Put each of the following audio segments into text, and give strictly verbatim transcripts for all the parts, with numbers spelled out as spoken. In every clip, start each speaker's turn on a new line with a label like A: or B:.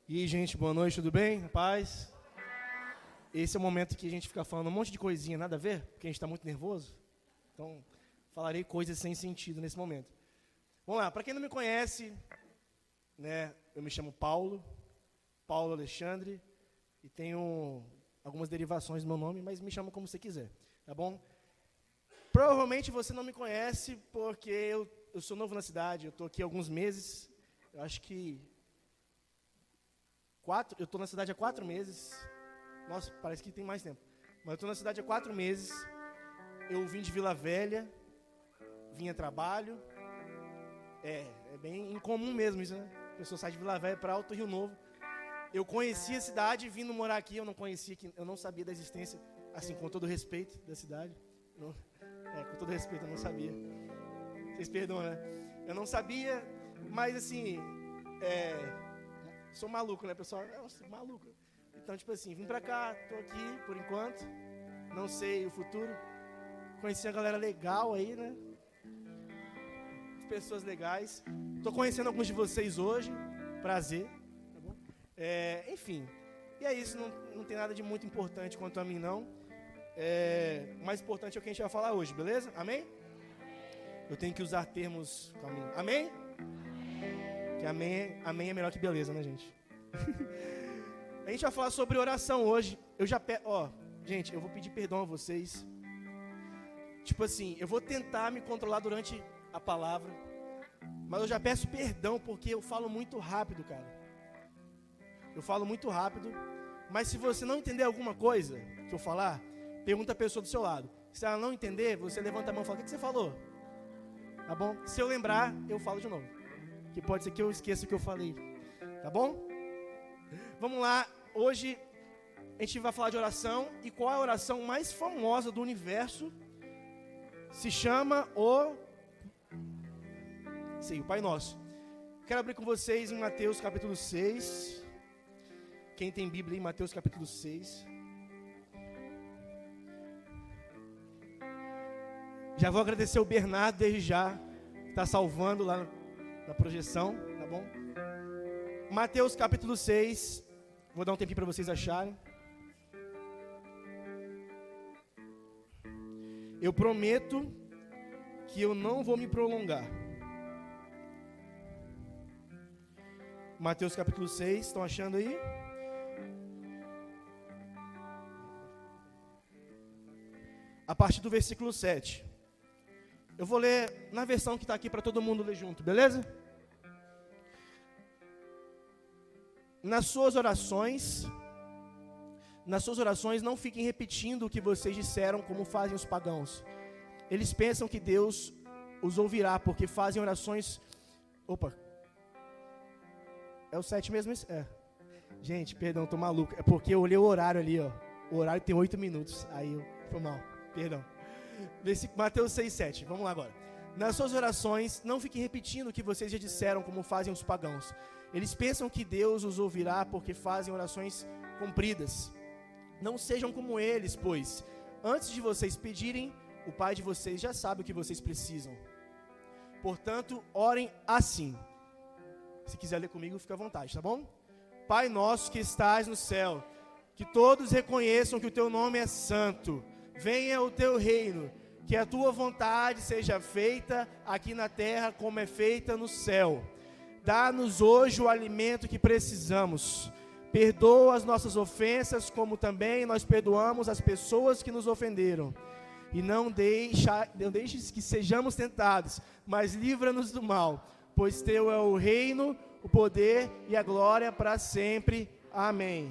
A: E aí, gente, boa noite, tudo bem? Paz? Esse é o momento que a gente fica falando um monte de coisinha, nada a ver, porque a gente está muito nervoso. Então, falarei coisas sem sentido nesse momento. Vamos lá, para quem não me conhece, né, eu me chamo Paulo, Paulo Alexandre, e tenho algumas derivações do meu nome, mas me chama como você quiser, tá bom? Provavelmente você não me conhece porque eu, eu sou novo na cidade, eu estou aqui há alguns meses, eu acho que quatro, eu estou na cidade há quatro meses, nossa, parece que tem mais tempo, mas eu estou na cidade há quatro meses, eu vim de Vila Velha, vim a trabalho, é, é bem incomum mesmo isso, né? A pessoa sai de Vila Velha para Alto Rio Novo. Eu conheci a cidade vindo morar aqui, eu não conhecia, eu não sabia da existência, assim, com todo respeito da cidade, não, é, com todo respeito, eu não sabia, vocês perdoam, né? Eu não sabia, mas assim, é, sou maluco, né, pessoal? Eu sou maluco. Então, tipo assim, vim pra cá, tô aqui por enquanto, não sei o futuro, conheci a galera legal aí, né? Pessoas legais. Tô conhecendo alguns de vocês hoje, prazer. Tá bom? É, enfim, e é isso, não, não tem nada de muito importante quanto a mim, não. É, o mais importante é o que a gente vai falar hoje, beleza? Amém? Eu tenho que usar termos com a mim. Amém? Que amém, amém é melhor que beleza, né, gente? A gente vai falar sobre oração hoje. Eu já pe... ó, gente, eu vou pedir perdão a vocês. Tipo assim, eu vou tentar me controlar durante a palavra, mas eu já peço perdão porque eu falo muito rápido, cara. Eu falo muito rápido, mas se você não entender alguma coisa que eu falar, pergunta a pessoa do seu lado. Se ela não entender, você levanta a mão e fala: o que você falou? Tá bom? Se eu lembrar, eu falo de novo, que pode ser que eu esqueça o que eu falei. Tá bom? Vamos lá, hoje a gente vai falar de oração. E qual é a oração mais famosa do universo? Se chama o... Sim, o Pai Nosso. Quero abrir com vocês em Mateus capítulo seis. Quem tem Bíblia em Mateus capítulo seis. Já vou agradecer o Bernardo desde já, que está salvando lá na projeção, tá bom? Mateus capítulo seis. Vou dar um tempinho para vocês acharem. Eu prometo que eu não vou me prolongar. Mateus capítulo seis, estão achando aí? A partir do versículo sete. Eu vou ler na versão que está aqui para todo mundo ler junto, beleza? Nas suas orações, nas suas orações não fiquem repetindo o que vocês disseram como fazem os pagãos. Eles pensam que Deus os ouvirá porque fazem orações... Opa... É o sete mesmo? É. Gente, perdão, tô maluco. É porque eu olhei o horário ali, ó. O horário tem oito minutos. Aí eu... Foi mal. Perdão. Versículo, Mateus seis, sete. Vamos lá agora. Nas suas orações, não fiquem repetindo o que vocês já disseram, como fazem os pagãos. Eles pensam que Deus os ouvirá porque fazem orações compridas. Não sejam como eles, pois, antes de vocês pedirem, o Pai de vocês já sabe o que vocês precisam. Portanto, orem assim. Se quiser ler comigo, fica à vontade, tá bom? Pai nosso que estás no céu, que todos reconheçam que o teu nome é santo. Venha o teu reino, que a tua vontade seja feita aqui na terra como é feita no céu. Dá-nos hoje o alimento que precisamos. Perdoa as nossas ofensas, como também nós perdoamos as pessoas que nos ofenderam. E não, deixa, não deixes que sejamos tentados, mas livra-nos do mal. Pois teu é o reino, o poder e a glória para sempre. Amém.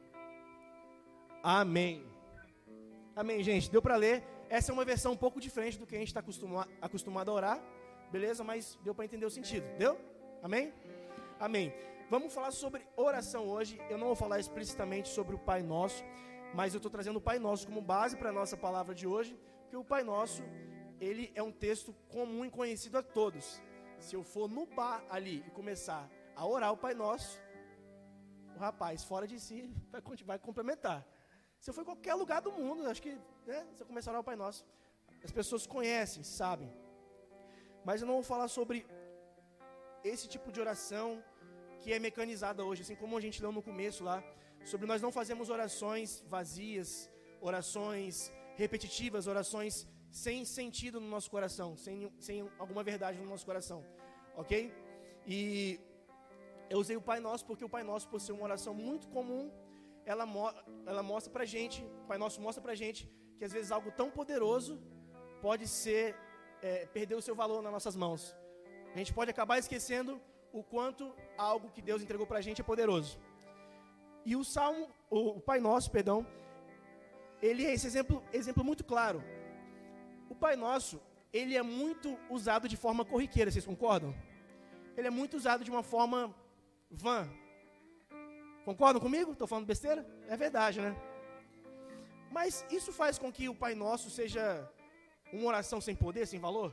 A: Amém. Amém, gente. Deu para ler. Essa é uma versão um pouco diferente do que a gente está acostuma, acostumado a orar. Beleza? Mas deu para entender o sentido. Deu? Amém? Amém. Vamos falar sobre oração hoje. Eu não vou falar explicitamente sobre o Pai Nosso, mas eu estou trazendo o Pai Nosso como base para a nossa palavra de hoje, porque o Pai Nosso, ele é um texto comum e conhecido a todos. Se eu for no bar ali e começar a orar o Pai Nosso, o rapaz fora de si vai, vai complementar. Se eu for em qualquer lugar do mundo, acho que, né, se eu começar a orar o Pai Nosso, as pessoas conhecem, sabem. Mas eu não vou falar sobre esse tipo de oração que é mecanizada hoje, assim como a gente leu no começo lá, sobre nós não fazemos orações vazias, orações repetitivas, orações sem sentido no nosso coração, sem, sem alguma verdade no nosso coração, ok? E eu usei o Pai Nosso porque o Pai Nosso, por ser uma oração muito comum, ela, mo ela mostra pra gente, o Pai Nosso mostra pra gente que às vezes algo tão poderoso pode ser, é, perder o seu valor nas nossas mãos. A gente pode acabar esquecendo o quanto algo que Deus entregou pra gente é poderoso. E o Salmo, o, o Pai Nosso, perdão, ele é esse exemplo, exemplo muito claro. O Pai Nosso, ele é muito usado de forma corriqueira, vocês concordam? Ele é muito usado de uma forma vã. Concordam comigo? Estou falando besteira? É verdade, né? Mas isso faz com que o Pai Nosso seja uma oração sem poder, sem valor?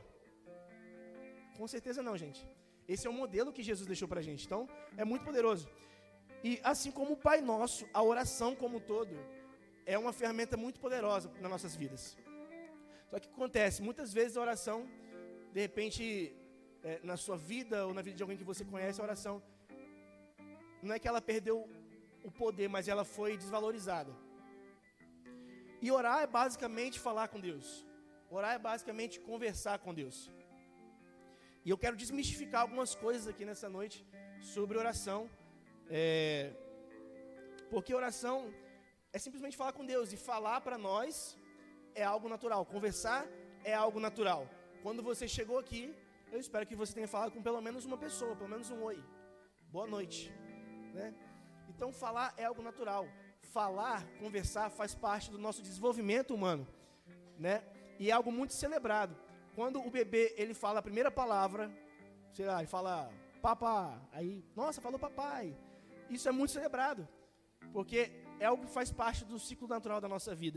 A: Com certeza não, gente. Esse é o modelo que Jesus deixou para a gente. Então, é muito poderoso. E assim como o Pai Nosso, a oração como um todo, é uma ferramenta muito poderosa nas nossas vidas. Só que o que acontece? Muitas vezes a oração, de repente, é, na sua vida ou na vida de alguém que você conhece, a oração, não é que ela perdeu o poder, mas ela foi desvalorizada. E orar é basicamente falar com Deus. Orar é basicamente conversar com Deus. E eu quero desmistificar algumas coisas aqui nessa noite sobre oração. É, porque oração é simplesmente falar com Deus. E falar para nós é algo natural. Conversar é algo natural. Quando você chegou aqui, eu espero que você tenha falado com pelo menos uma pessoa, pelo menos um oi. Boa noite. Né? Então falar é algo natural. Falar, conversar faz parte do nosso desenvolvimento humano. Né? E é algo muito celebrado. Quando o bebê, ele fala a primeira palavra, sei lá, ele fala papá, aí, nossa, falou papai. Isso é muito celebrado, porque é algo que faz parte do ciclo natural da nossa vida.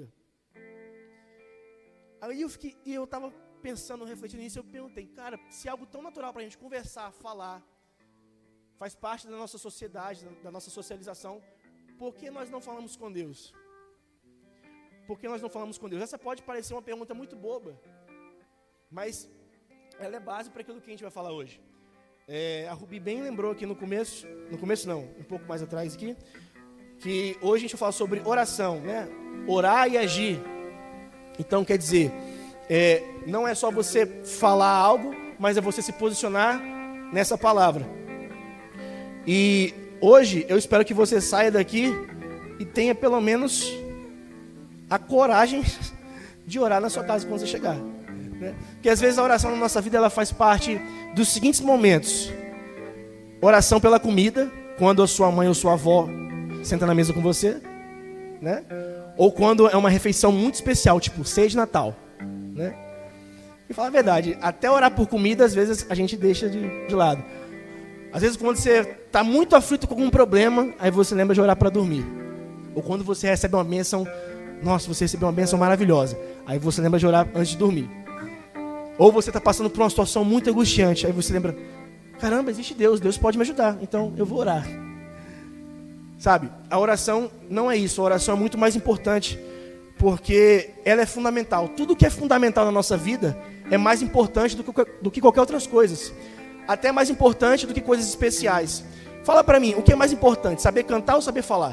A: Aí eu fiquei, e eu estava pensando, refletindo nisso, eu perguntei, cara, se é algo tão natural para a gente conversar, falar, faz parte da nossa sociedade, da nossa socialização, por que nós não falamos com Deus? Por que nós não falamos com Deus? Essa pode parecer uma pergunta muito boba, mas ela é base para aquilo que a gente vai falar hoje. É, a Rubi bem lembrou aqui no começo, no começo não, um pouco mais atrás aqui, que hoje a gente vai falar sobre oração, né? Orar e agir. Então quer dizer, é, não é só você falar algo, mas é você se posicionar nessa palavra. E hoje eu espero que você saia daqui e tenha pelo menos a coragem de orar na sua casa quando você chegar. Né? Porque às vezes a oração na nossa vida ela faz parte dos seguintes momentos: oração pela comida, quando a sua mãe ou sua avó senta na mesa com você, né? Ou quando é uma refeição muito especial, tipo ceia de Natal, né? E falar a verdade, até orar por comida às vezes a gente deixa de, de lado. Às vezes quando você está muito aflito com algum problema, aí você lembra de orar para dormir. Ou quando você recebe uma bênção, nossa, você recebeu uma bênção maravilhosa, aí você lembra de orar antes de dormir. Ou você está passando por uma situação muito angustiante, aí você lembra, caramba, existe Deus, Deus pode me ajudar, então eu vou orar. Sabe, a oração não é isso, a oração é muito mais importante, porque ela é fundamental. Tudo que é fundamental na nossa vida é mais importante do que, do que qualquer outras coisas. Até mais importante do que coisas especiais. Fala pra mim, o que é mais importante, saber cantar ou saber falar?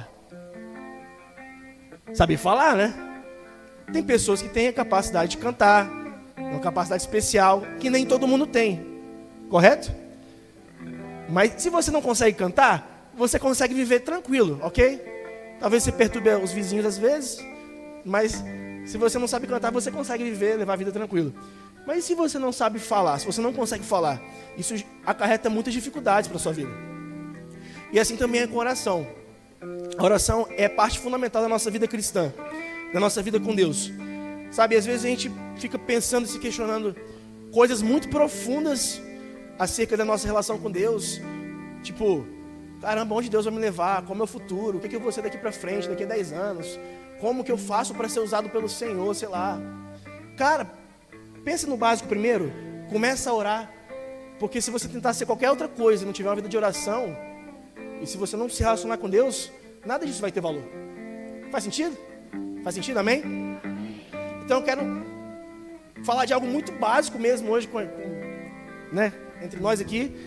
A: Saber falar, né? Tem pessoas que têm a capacidade de cantar, uma capacidade especial, que nem todo mundo tem, correto? Mas se você não consegue cantar, você consegue viver tranquilo, ok? Talvez você perturbe os vizinhos às vezes, mas se você não sabe cantar, você consegue viver, levar a vida tranquilo. Mas se você não sabe falar, se você não consegue falar, isso acarreta muitas dificuldades para a sua vida. E assim também é com a oração. A oração é parte fundamental da nossa vida cristã, da nossa vida com Deus. Sabe, às vezes a gente fica pensando e se questionando coisas muito profundas acerca da nossa relação com Deus. Tipo, caramba, onde Deus vai me levar? Qual é o meu futuro? O que, é que eu vou ser daqui para frente, daqui a dez anos? Como que eu faço para ser usado pelo Senhor, sei lá. Cara, pensa no básico primeiro. Começa a orar. Porque se você tentar ser qualquer outra coisa e não tiver uma vida de oração, e se você não se relacionar com Deus, nada disso vai ter valor. Faz sentido? Faz sentido, amém? Então eu quero falar de algo muito básico mesmo hoje, com, né, entre nós aqui,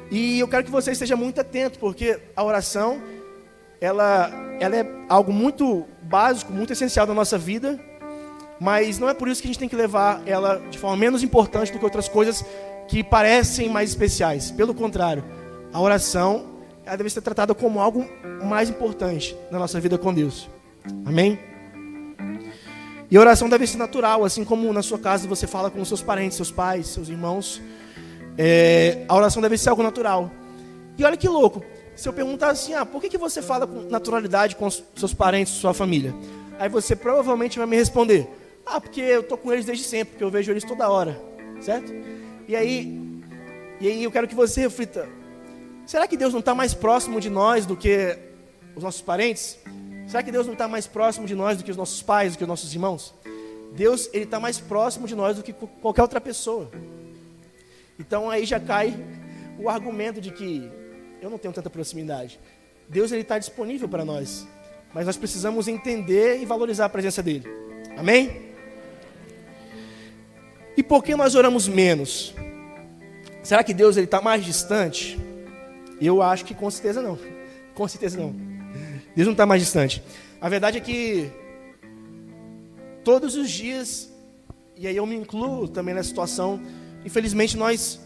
A: E eu quero que você esteja muito atento, porque a oração, ela, ela é algo muito básico, muito essencial da nossa vida, mas não é por isso que a gente tem que levar ela de forma menos importante do que outras coisas que parecem mais especiais. Pelo contrário, a oração, ela deve ser tratada como algo mais importante na nossa vida com Deus. Amém? E a oração deve ser natural, assim como na sua casa você fala com os seus parentes, seus pais, seus irmãos. É, a oração deve ser algo natural. E olha que louco, se eu perguntar assim, ah, por que, que você fala com naturalidade com os seus parentes, sua família? Aí você provavelmente vai me responder, ah, porque eu estou com eles desde sempre, porque eu vejo eles toda hora, certo? E aí, e aí eu quero que você reflita, será que Deus não está mais próximo de nós do que os nossos parentes? Será que Deus não está mais próximo de nós do que os nossos pais, do que os nossos irmãos? Deus, Ele está mais próximo de nós do que qualquer outra pessoa. Então aí já cai o argumento de que eu não tenho tanta proximidade. Deus, Ele está disponível para nós, mas nós precisamos entender e valorizar a presença dEle. Amém? E por que nós oramos menos? Será que Deus está mais distante? Eu acho que com certeza não. Com certeza não. Deus não está mais distante. A verdade é que todos os dias, e aí eu me incluo também nessa situação, infelizmente nós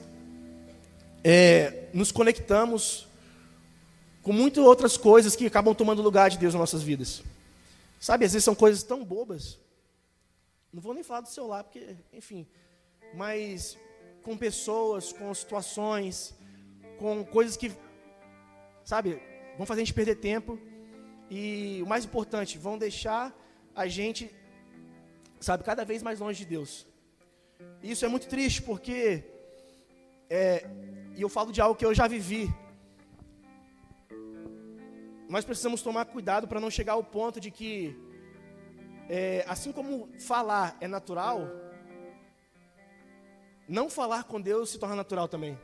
A: é, nos conectamos com muitas outras coisas que acabam tomando lugar de Deus nas nossas vidas. Sabe, às vezes são coisas tão bobas. Não vou nem falar do celular, porque, enfim, mas com pessoas, com situações, com coisas que, sabe, vão fazer a gente perder tempo. E o mais importante, vão deixar a gente, sabe, cada vez mais longe de Deus. E isso é muito triste, porque, é, e eu falo de algo que eu já vivi. Nós precisamos tomar cuidado para não chegar ao ponto de que, é, assim como falar é natural, não falar com Deus se torna natural também.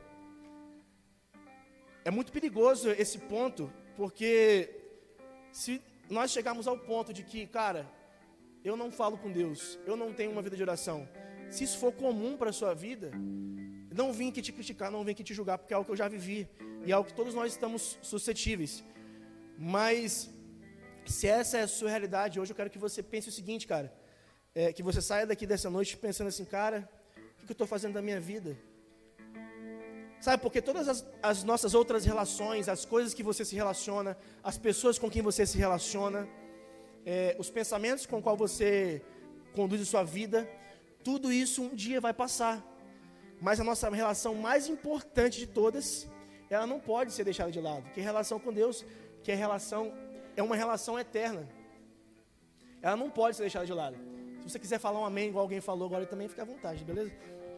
A: É muito perigoso esse ponto, porque se nós chegarmos ao ponto de que, cara, eu não falo com Deus, eu não tenho uma vida de oração, se isso for comum para a sua vida, não vim aqui te criticar, não vim aqui te julgar, porque é algo que eu já vivi, e é algo que todos nós estamos suscetíveis. Mas, se essa é a sua realidade, hoje eu quero que você pense o seguinte, cara, é, que você saia daqui dessa noite pensando assim, cara, o que eu estou fazendo da minha vida? Sabe, porque todas as, as nossas outras relações, as coisas que você se relaciona, as pessoas com quem você se relaciona, é, os pensamentos com qual você conduz a sua vida, tudo isso um dia vai passar. Mas a nossa relação mais importante de todas, ela não pode ser deixada de lado, que é a relação com Deus, que é, relação, é uma relação eterna. Ela não pode ser deixada de lado. Se você quiser falar um amém, igual alguém falou agora, também fica à vontade, beleza?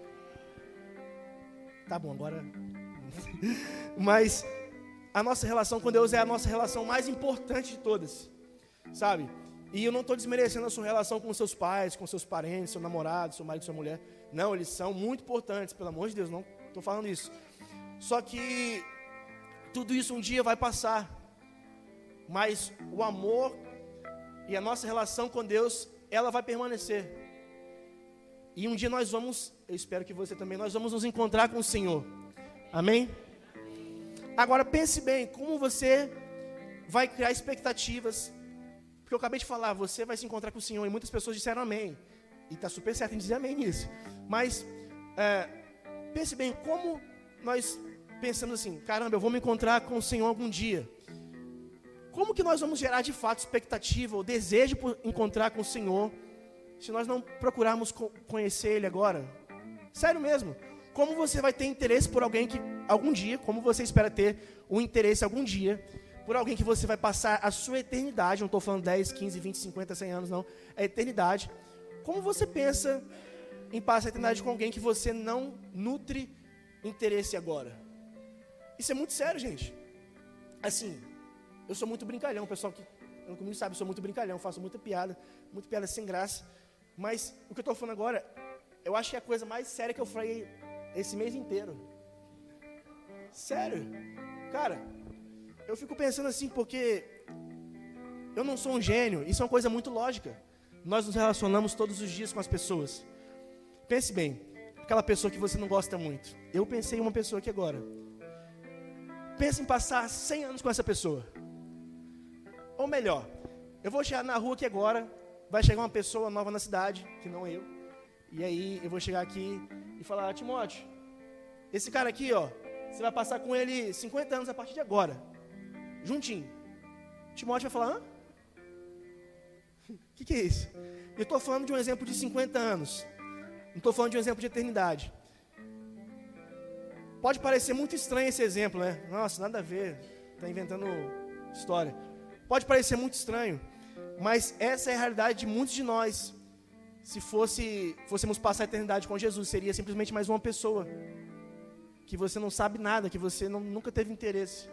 A: Tá bom, agora... Mas a nossa relação com Deus é a nossa relação mais importante de todas, sabe? E eu não estou desmerecendo a sua relação com seus pais, com seus parentes, seu namorado, seu marido, sua mulher. Não, eles são muito importantes, pelo amor de Deus, não estou falando isso. Só que tudo isso um dia vai passar. Mas o amor e a nossa relação com Deus, ela vai permanecer. E um dia nós vamos, eu espero que você também, nós vamos nos encontrar com o Senhor. Amém? Agora pense bem, como você vai criar expectativas? Porque eu acabei de falar, você vai se encontrar com o Senhor, e muitas pessoas disseram amém. E está super certo em dizer amém nisso. Mas, é, pense bem, como nós pensamos assim, caramba, eu vou me encontrar com o Senhor algum dia. Como que nós vamos gerar de fato expectativa ou desejo por encontrar com o Senhor, se nós não procurarmos conhecer Ele agora? Sério mesmo. Como você vai ter interesse por alguém que, algum dia, como você espera ter um interesse algum dia, por alguém que você vai passar a sua eternidade, não estou falando dez, quinze, vinte, cinquenta, cem anos, não, é eternidade. Como você pensa em passar a eternidade com alguém que você não nutre interesse agora? Isso é muito sério, gente. Assim, eu sou muito brincalhão, o pessoal que comigo sabe, eu sou muito brincalhão, faço muita piada, muita piada sem graça. Mas o que eu estou falando agora, eu acho que é a coisa mais séria que eu falei esse mês inteiro. Sério. Cara, eu fico pensando assim, porque eu não sou um gênio, isso é uma coisa muito lógica. Nós nos relacionamos todos os dias com as pessoas. Pense bem, aquela pessoa que você não gosta muito. Eu pensei em uma pessoa aqui agora. pensa em passar cem anos com essa pessoa. Ou melhor, eu vou chegar na rua aqui agora, vai chegar uma pessoa nova na cidade, que não eu, e aí eu vou chegar aqui e falar, Timóteo, esse cara aqui, ó, você vai passar com ele cinquenta anos a partir de agora, juntinho. Timóteo vai falar, hã? O que, que é isso? Eu estou falando de um exemplo de cinquenta anos, não estou falando de um exemplo de eternidade. Pode parecer muito estranho esse exemplo, né? Nossa, nada a ver, está inventando história. Pode parecer muito estranho, mas essa é a realidade de muitos de nós. Se fosse, fôssemos passar a eternidade com Jesus, seria simplesmente mais uma pessoa que você não sabe nada, que você não, nunca teve interesse.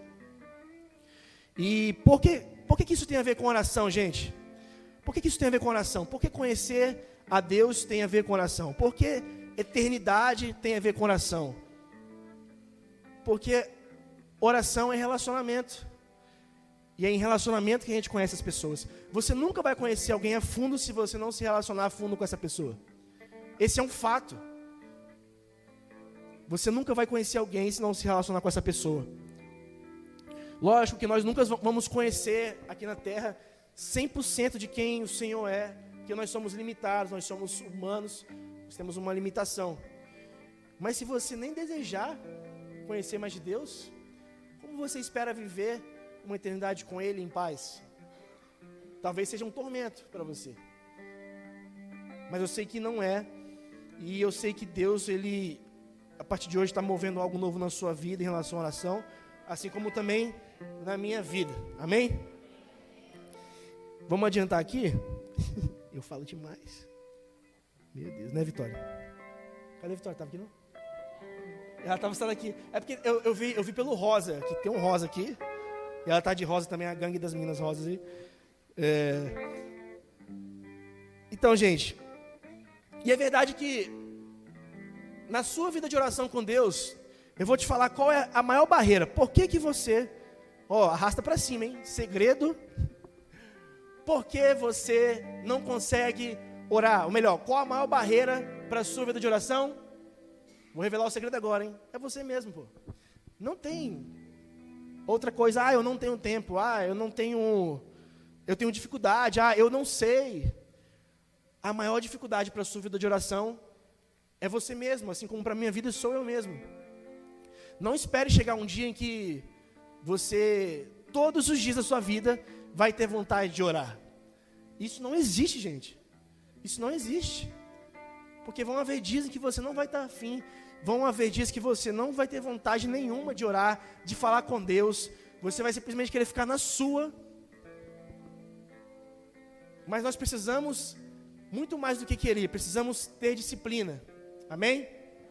A: E por que, por que, que isso tem a ver com oração, gente? Por que, que isso tem a ver com oração? Por que conhecer a Deus tem a ver com oração? Por que eternidade tem a ver com oração? Porque oração é relacionamento. E é em relacionamento que a gente conhece as pessoas. Você nunca vai conhecer alguém a fundo se você não se relacionar a fundo com essa pessoa. Esse é um fato. Você nunca vai conhecer alguém se não se relacionar com essa pessoa. Lógico que nós nunca vamos conhecer aqui na Terra cem por cento de quem o Senhor é, porque nós somos limitados, nós somos humanos, nós temos uma limitação. Mas se você nem desejar conhecer mais de Deus, como você espera viver uma eternidade com Ele em paz? Talvez seja um tormento para você. Mas eu sei que não é. E eu sei que Deus, Ele, a partir de hoje, está movendo algo novo na sua vida em relação à oração, assim como também na minha vida. Amém? Vamos adiantar aqui? Eu falo demais. Meu Deus, né, Vitória? Cadê a Vitória? Estava aqui, não? Ela estava estando aqui. É porque eu, eu, vi, eu vi pelo rosa, que tem um rosa aqui. E ela está de rosa também, a gangue das meninas rosas aí. É... Então, gente, e é verdade que na sua vida de oração com Deus, eu vou te falar qual é a maior barreira. Por que que você, ó, arrasta para cima, hein? Segredo. Por que você não consegue orar? Ou melhor, qual a maior barreira para a sua vida de oração? Vou revelar o segredo agora, hein? É você mesmo, pô. Não tem outra coisa. Ah, eu não tenho tempo. Ah, eu não tenho... Eu tenho dificuldade. Ah, eu não sei. A maior dificuldade para a sua vida de oração é você mesmo, assim como para a minha vida sou eu mesmo. Não espere chegar um dia em que você, todos os dias da sua vida, vai ter vontade de orar. Isso não existe, gente. Isso não existe. Porque vão haver dias em que você não vai estar afim. Vão haver dias que você não vai ter vontade nenhuma de orar, de falar com Deus. Você vai simplesmente querer ficar na sua. Mas nós precisamos, muito mais do que querer, precisamos ter disciplina. Amém?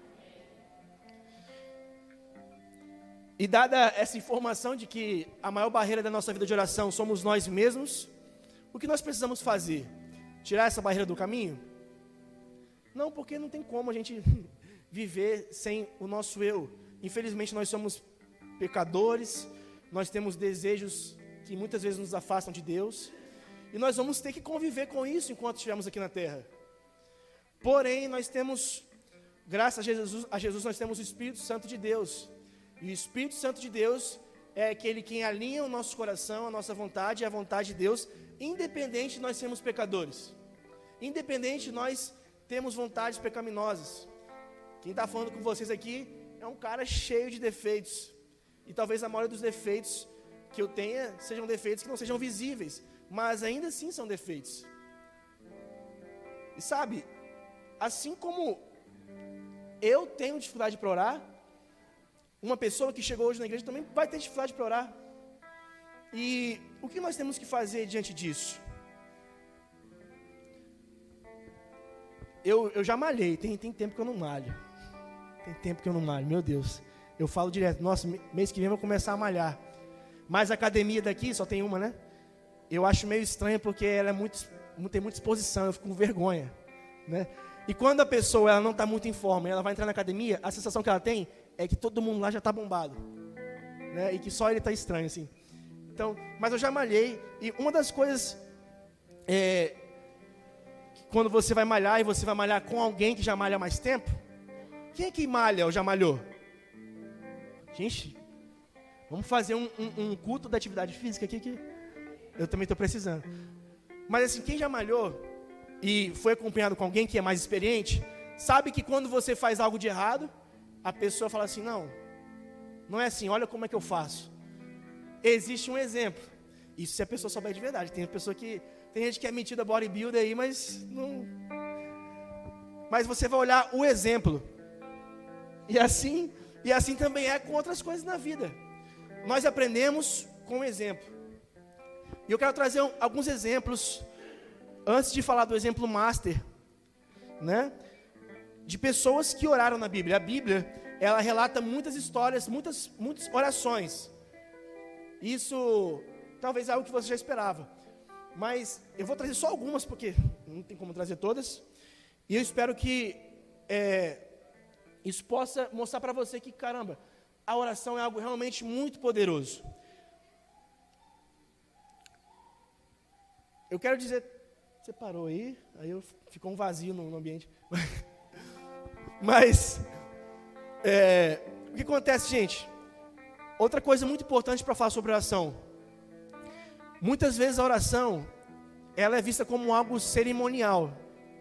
A: E dada essa informação de que a maior barreira da nossa vida de oração somos nós mesmos, o que nós precisamos fazer? Tirar essa barreira do caminho? Não, porque não tem como a gente viver sem o nosso eu. Infelizmente nós somos pecadores, nós temos desejos que muitas vezes nos afastam de Deus, e nós vamos ter que conviver com isso enquanto estivermos aqui na terra. Porém, nós temos, graças a Jesus, a Jesus nós temos o Espírito Santo de Deus. E o Espírito Santo de Deus é aquele quem alinha o nosso coração, a nossa vontade e a vontade de Deus, independente de nós sermos pecadores. Independente de nós termos vontades pecaminosas. Quem está falando com vocês aqui é um cara cheio de defeitos. E talvez a maioria dos defeitos que eu tenha sejam defeitos que não sejam visíveis, mas ainda assim são defeitos. E sabe, assim como eu tenho dificuldade para orar, uma pessoa que chegou hoje na igreja também vai ter dificuldade para orar. E o que nós temos que fazer diante disso? Eu, eu já malhei, tem, tem tempo que eu não malho. Tem tempo que eu não malho, meu Deus. Eu falo direto, nossa, mês que vem eu vou começar a malhar. Mas a academia daqui, só tem uma, né? Eu acho meio estranho porque ela é muito, tem muita exposição, eu fico com vergonha, né? E quando a pessoa ela não está muito em forma e ela vai entrar na academia, a sensação que ela tem é que todo mundo lá já está bombado, né? E que só ele está estranho, assim. Então, mas eu já malhei, e uma das coisas, é, quando você vai malhar, e você vai malhar com alguém que já malha há mais tempo, quem é que malha ou já malhou? Gente, Vamos fazer um, um, um culto da atividade física aqui, que eu também estou precisando. Mas assim, quem já malhou e foi acompanhado com alguém que é mais experiente, sabe que quando você faz algo de errado, a pessoa fala assim, não, não é assim, olha como é que eu faço. Existe um exemplo. Isso se a pessoa souber de verdade. Tem pessoa que, tem gente que é metida bodybuilder aí, mas não... Mas você vai olhar o exemplo. E assim, e assim também é com outras coisas na vida. Nós aprendemos com o exemplo. E eu quero trazer um, alguns exemplos, antes de falar do exemplo master, né? De pessoas que oraram na Bíblia. A Bíblia, ela relata muitas histórias, muitas, muitas orações. Isso, talvez é algo que você já esperava. Mas eu vou trazer só algumas, porque não tem como trazer todas. E eu espero que é, isso possa mostrar para você que, caramba, a oração é algo realmente muito poderoso. Eu quero dizer, você parou aí, aí eu, ficou um vazio no, no ambiente. Mas, é, o que acontece, gente? Outra coisa muito importante para falar sobre oração. Muitas vezes a oração, ela é vista como algo cerimonial.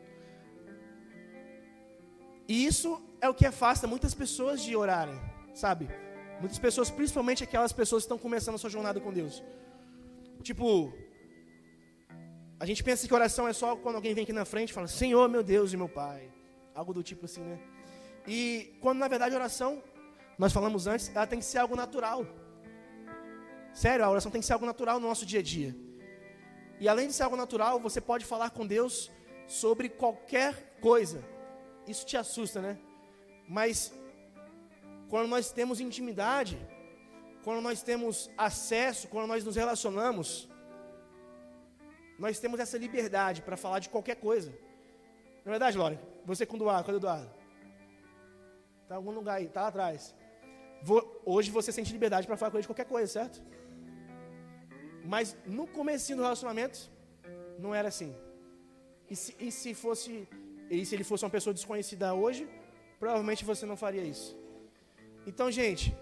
A: E isso é o que afasta muitas pessoas de orarem, sabe? Muitas pessoas, principalmente aquelas pessoas que estão começando a sua jornada com Deus. Tipo, a gente pensa que oração é só quando alguém vem aqui na frente e fala, Senhor, meu Deus e meu Pai. Algo do tipo assim, né? E quando na verdade a oração, nós falamos antes, ela tem que ser algo natural. Sério, a oração tem que ser algo natural no nosso dia a dia. E além de ser algo natural, você pode falar com Deus sobre qualquer coisa. Isso te assusta, né? Mas quando nós temos intimidade, quando nós temos acesso, quando nós nos relacionamos, nós temos essa liberdade para falar de qualquer coisa. Não é verdade, Lore? Você com o Eduardo, cadê o Eduardo? Está em algum lugar aí, está lá atrás. Vou, hoje você sente liberdade para falar com ele de qualquer coisa, certo? Mas no comecinho do relacionamento, não era assim. E se, e se fosse, e se ele fosse uma pessoa desconhecida hoje, provavelmente você não faria isso. Então, gente,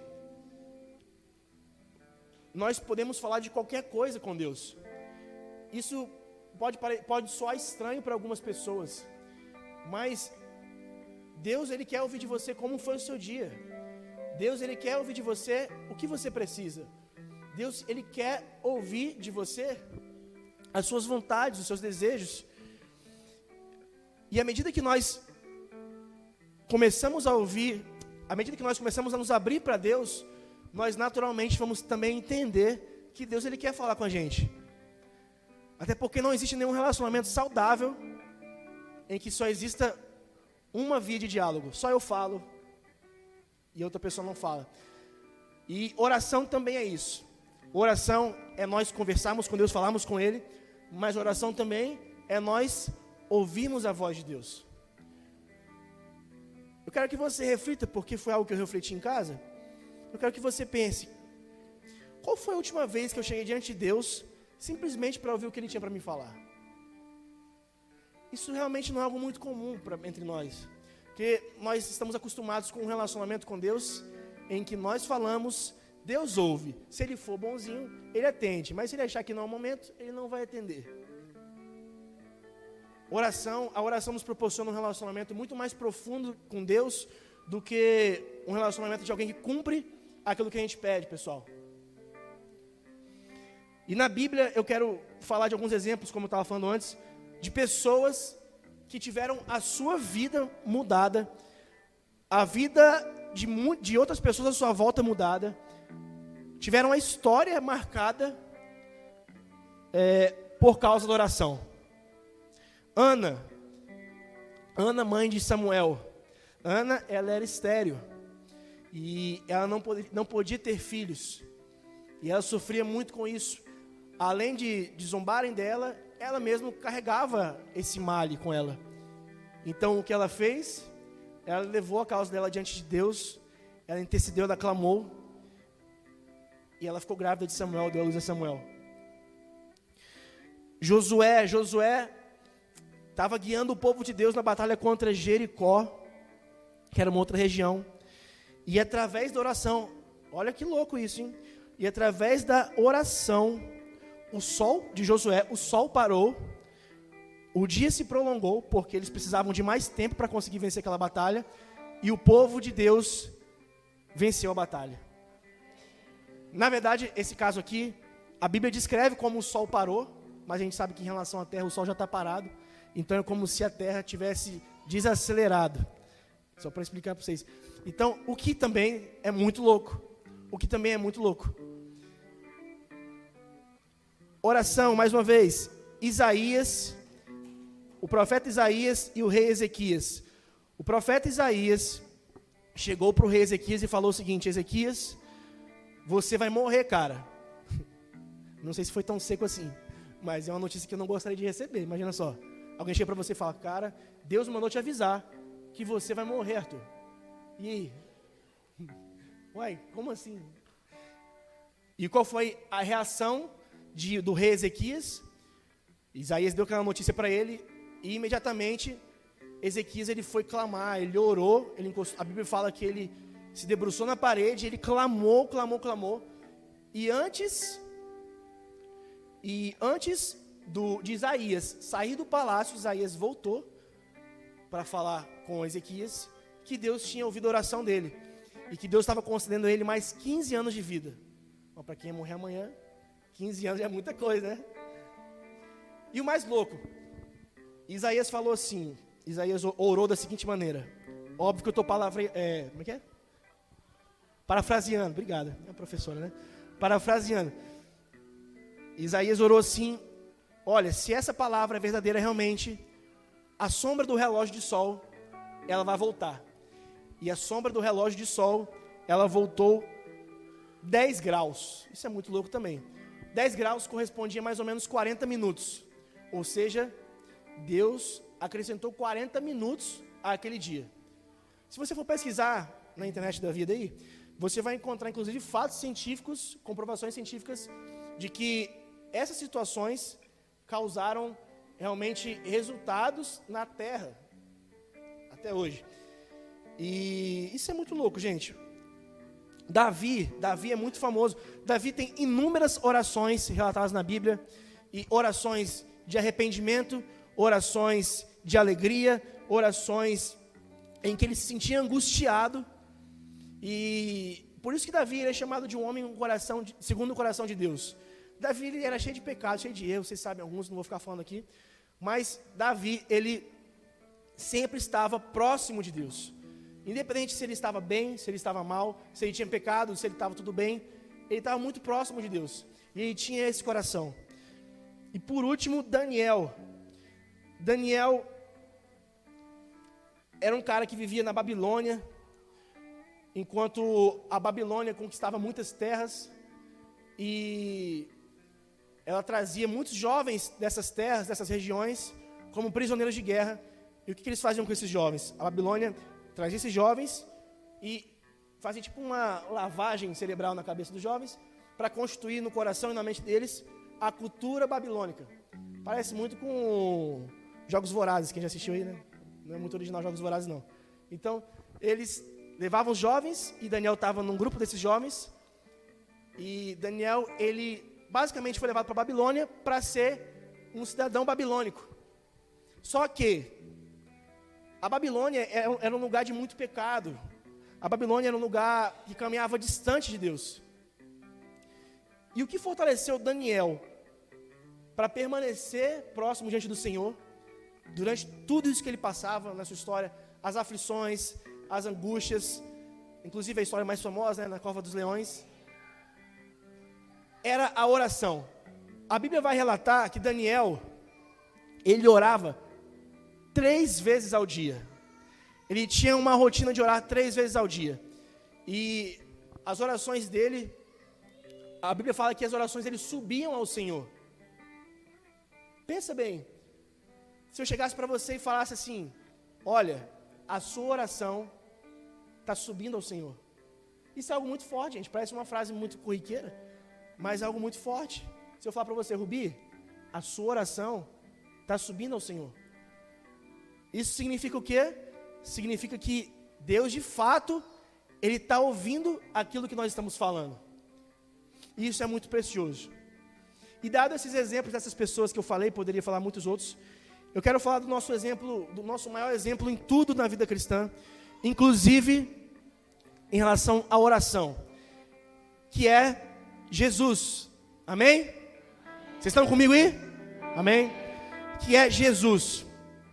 A: nós podemos falar de qualquer coisa com Deus. Isso pode, pode soar estranho para algumas pessoas, mas Deus, Ele quer ouvir de você como foi o seu dia. Deus, Ele quer ouvir de você o que você precisa. Deus, Ele quer ouvir de você as suas vontades, os seus desejos. E à medida que nós começamos a ouvir, à medida que nós começamos a nos abrir para Deus, nós naturalmente vamos também entender que Deus, Ele quer falar com a gente. Até porque não existe nenhum relacionamento saudável em que só exista uma via de diálogo. Só eu falo e outra pessoa não fala. E oração também é isso. Oração é nós conversarmos com Deus, falarmos com Ele, mas oração também é nós ouvirmos a voz de Deus. Eu quero que você reflita, porque foi algo que eu refleti em casa. Eu quero que você pense, qual foi a última vez que eu cheguei diante de Deus simplesmente para ouvir o que Ele tinha para me falar? Isso realmente não é algo muito comum pra, entre nós. Porque nós estamos acostumados com um relacionamento com Deus em que nós falamos, Deus ouve. Se Ele for bonzinho, Ele atende. Mas se Ele achar que não é o momento, Ele não vai atender. Oração, a oração nos proporciona um relacionamento muito mais profundo com Deus do que um relacionamento de alguém que cumpre aquilo que a gente pede, pessoal. E na Bíblia eu quero falar de alguns exemplos, como eu estava falando antes, de pessoas que tiveram a sua vida mudada, a vida de, de outras pessoas à sua volta mudada, tiveram a história marcada é, por causa da oração. Ana, Ana, mãe de Samuel. Ana, ela era estéril e ela não podia, não podia ter filhos. E ela sofria muito com isso. Além de, de zombarem dela, ela mesma carregava esse male com ela. Então, o que ela fez? Ela levou a causa dela diante de Deus, ela intercedeu, ela clamou, e ela ficou grávida de Samuel, deu a luz a Samuel. Josué, Josué estava guiando o povo de Deus na batalha contra Jericó, que era uma outra região, e através da oração, olha que louco isso, hein? E através da oração, o sol de Josué, o sol parou, o dia se prolongou, porque eles precisavam de mais tempo para conseguir vencer aquela batalha, e o povo de Deus venceu a batalha. Na verdade, esse caso aqui, a Bíblia descreve como o sol parou, mas a gente sabe que em relação à terra o sol já está parado, então é como se a terra tivesse desacelerado. Só para explicar para vocês. Então, o que também é muito louco, o que também é muito louco. Oração, mais uma vez, Isaías, o profeta Isaías e o rei Ezequias. O profeta Isaías chegou para o rei Ezequias e falou o seguinte: Ezequias, você vai morrer, cara. Não sei se foi tão seco assim, mas é uma notícia que eu não gostaria de receber. Imagina só, alguém chega para você e fala: cara, Deus mandou te avisar que você vai morrer, Arthur. E aí? Uai, como assim? E qual foi a reação de, do rei Ezequias? Isaías deu aquela notícia para ele e imediatamente Ezequias ele foi clamar, ele orou, ele encostou, a Bíblia fala que ele se debruçou na parede, ele clamou, clamou, clamou, e antes, e antes do, de Isaías sair do palácio, Isaías voltou para falar com Ezequias que Deus tinha ouvido a oração dele, e que Deus estava concedendo a ele mais quinze anos de vida. Para quem ia morrer amanhã, quinze anos é muita coisa, né? E o mais louco, Isaías falou assim, Isaías orou da seguinte maneira, óbvio que eu estou palavra, é, como é que é? Parafraseando, obrigado, é a professora, né? Parafraseando, Isaías orou assim: olha, se essa palavra é verdadeira realmente, a sombra do relógio de sol, ela vai voltar. E a sombra do relógio de sol, ela voltou dez graus, isso é muito louco também. dez graus correspondia a mais ou menos quarenta minutos, ou seja, Deus acrescentou quarenta minutos àquele dia. Se você for pesquisar na internet da vida aí, você vai encontrar inclusive fatos científicos, comprovações científicas de que essas situações causaram realmente resultados na Terra, até hoje. E isso é muito louco, gente. Davi, Davi é muito famoso. Davi tem inúmeras orações relatadas na Bíblia, e orações de arrependimento, orações de alegria, orações em que ele se sentia angustiado, e por isso que Davi ele é chamado de um homem um coração de, segundo o coração de Deus. Davi ele era cheio de pecados, cheio de erros, vocês sabem alguns, não vou ficar falando aqui, mas Davi, ele sempre estava próximo de Deus, independente se ele estava bem, se ele estava mal, se ele tinha pecado, se ele estava tudo bem, ele estava muito próximo de Deus, e ele tinha esse coração. E por último, Daniel. Daniel era um cara que vivia na Babilônia, enquanto a Babilônia conquistava muitas terras, e ela trazia muitos jovens dessas terras, dessas regiões, como prisioneiros de guerra. E o que, que eles faziam com esses jovens? A Babilônia trazia esses jovens e fazia tipo uma lavagem cerebral na cabeça dos jovens, para constituir no coração e na mente deles a cultura babilônica. Parece muito com Jogos Vorazes, quem já assistiu aí, né? Não é muito original Jogos Vorazes, não. Então, eles levavam os jovens, e Daniel estava num grupo desses jovens, e Daniel, ele basicamente foi levado para a Babilônia para ser um cidadão babilônico. Só que a Babilônia era um lugar de muito pecado. A Babilônia era um lugar que caminhava distante de Deus. E o que fortaleceu Daniel para permanecer próximo diante do Senhor, durante tudo isso que ele passava na sua história, as aflições, as angústias, inclusive a história mais famosa, né, na Cova dos Leões, era a oração. A Bíblia vai relatar que Daniel, ele orava três vezes ao dia. Ele tinha uma rotina de orar três vezes ao dia. E as orações dele, a Bíblia fala que as orações dele subiam ao Senhor. Pensa bem, se eu chegasse para você e falasse assim: olha, a sua oração está subindo ao Senhor. Isso é algo muito forte, gente, parece uma frase muito corriqueira, mas é algo muito forte. Se eu falar para você: Rubi, a sua oração está subindo ao Senhor. Isso significa o quê? Significa que Deus, de fato, Ele está ouvindo aquilo que nós estamos falando. E isso é muito precioso. E dado esses exemplos dessas pessoas que eu falei, poderia falar muitos outros, eu quero falar do nosso exemplo, do nosso maior exemplo em tudo na vida cristã, inclusive em relação à oração, que é Jesus. Amém? Vocês estão comigo aí? Amém? Que é Jesus.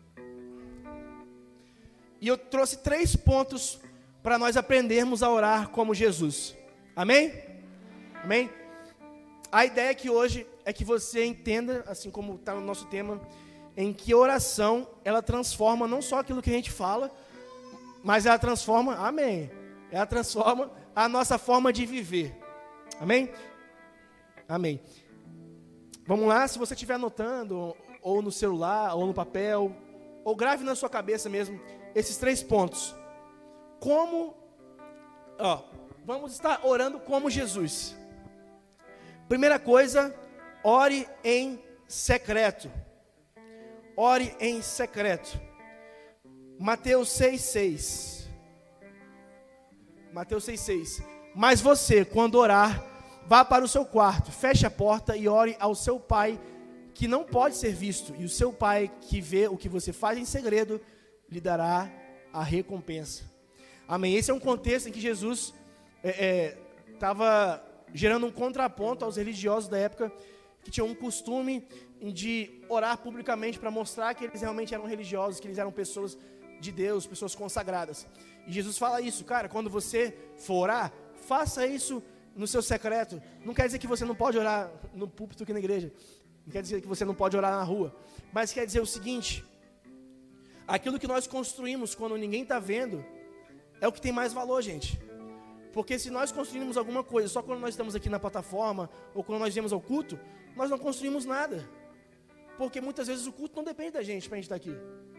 A: E eu trouxe três pontos para nós aprendermos a orar como Jesus. Amém? Amém? A ideia aqui hoje é que você entenda, assim como está no nosso tema, em que oração, ela transforma não só aquilo que a gente fala, mas ela transforma, amém, ela transforma a nossa forma de viver. Amém? Amém. Vamos lá, se você estiver anotando, ou no celular, ou no papel, ou grave na sua cabeça mesmo, esses três pontos. Como, ó, vamos estar orando como Jesus. Primeira coisa, ore em secreto. Ore em secreto. Mateus seis, seis. Mateus seis, seis. Mas você, quando orar, vá para o seu quarto, feche a porta e ore ao seu pai, que não pode ser visto. E o seu pai, que vê o que você faz em segredo, lhe dará a recompensa. Amém. Esse é um contexto em que Jesus estava... É, é, gerando um contraponto aos religiosos da época, que tinham um costume de orar publicamente para mostrar que eles realmente eram religiosos, que eles eram pessoas de Deus, pessoas consagradas. E Jesus fala isso, cara, quando você for orar, faça isso no seu secreto. Não quer dizer que você não pode orar no púlpito aqui na igreja, não quer dizer que você não pode orar na rua, mas quer dizer o seguinte: aquilo que nós construímos quando ninguém está vendo, é o que tem mais valor, gente. Porque se nós construímos alguma coisa só quando nós estamos aqui na plataforma, ou quando nós viemos ao culto, nós não construímos nada. Porque muitas vezes o culto não depende da gente para a gente estar aqui.